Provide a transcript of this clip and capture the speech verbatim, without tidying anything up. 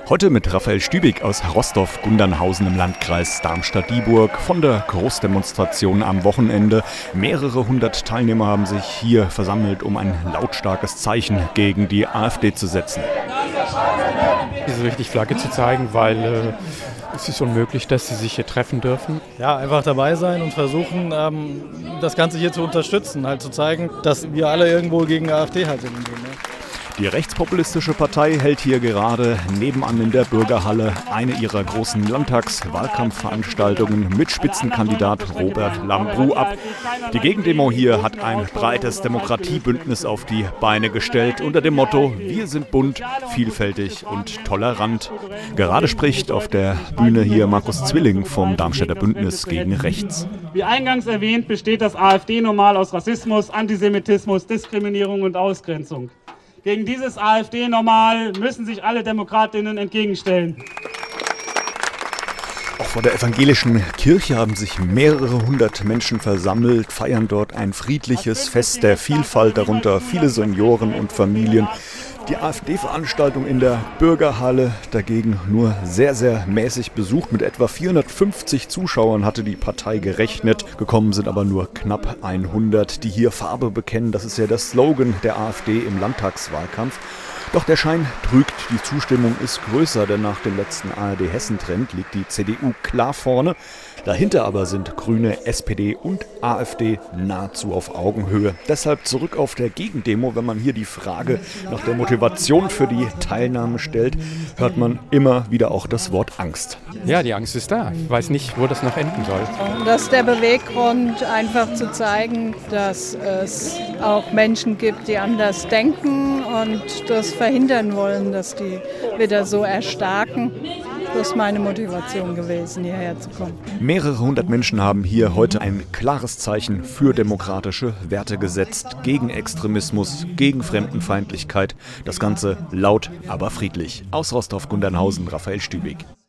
Heute mit Raphael Stübig aus Rostorf-Gundernhausen im Landkreis Darmstadt-Dieburg von der Großdemonstration am Wochenende. Mehrere hundert Teilnehmer haben sich hier versammelt, um ein lautstarkes Zeichen gegen die AfD zu setzen. Diese richtig Flagge zu zeigen, weil äh, es ist unmöglich, dass sie sich hier treffen dürfen. Ja, einfach dabei sein und versuchen, ähm, das Ganze hier zu unterstützen, halt zu zeigen, dass wir alle irgendwo gegen die AfD halt sind. Ne? Die rechtspopulistische Partei hält hier gerade nebenan in der Bürgerhalle eine ihrer großen Landtagswahlkampfveranstaltungen mit Spitzenkandidat Robert Lambrou ab. Die Gegendemo hier hat ein breites Demokratiebündnis auf die Beine gestellt unter dem Motto: Wir sind bunt, vielfältig und tolerant. Gerade spricht auf der Bühne hier Markus Zwilling vom Darmstädter Bündnis gegen Rechts. Wie eingangs erwähnt, besteht das AfD-Normal aus Rassismus, Antisemitismus, Diskriminierung und Ausgrenzung. Gegen dieses AfD-Normal müssen sich alle Demokratinnen entgegenstellen. Auch vor der evangelischen Kirche haben sich mehrere hundert Menschen versammelt, feiern dort ein friedliches Fest der Vielfalt, darunter viele Senioren und Familien. Die AfD-Veranstaltung in der Bürgerhalle dagegen nur sehr, sehr mäßig besucht. Mit etwa vierhundertfünfzig Zuschauern hatte die Partei gerechnet. Gekommen sind aber nur knapp hundert, die hier Farbe bekennen. Das ist ja der Slogan der AfD im Landtagswahlkampf. Doch der Schein trügt, die Zustimmung ist größer, denn nach dem letzten A R D-Hessen-Trend liegt die C D U klar vorne. Dahinter aber sind Grüne, S P D und AfD nahezu auf Augenhöhe. Deshalb zurück auf der Gegendemo. Wenn man hier die Frage nach der Motivation für die Teilnahme stellt, hört man immer wieder auch das Wort Angst. Ja, die Angst ist da. Ich weiß nicht, wo das noch enden soll. Das ist der Beweggrund, einfach zu zeigen, dass es auch Menschen gibt, die anders denken und das verhindern wollen, dass die wieder so erstarken. Das ist meine Motivation gewesen, hierher zu kommen. Mehrere hundert Menschen haben hier heute ein klares Zeichen für demokratische Werte gesetzt, gegen Extremismus, gegen Fremdenfeindlichkeit. Das Ganze laut, aber friedlich. Aus Rostorf-Gundernhausen, Raphael Stübig.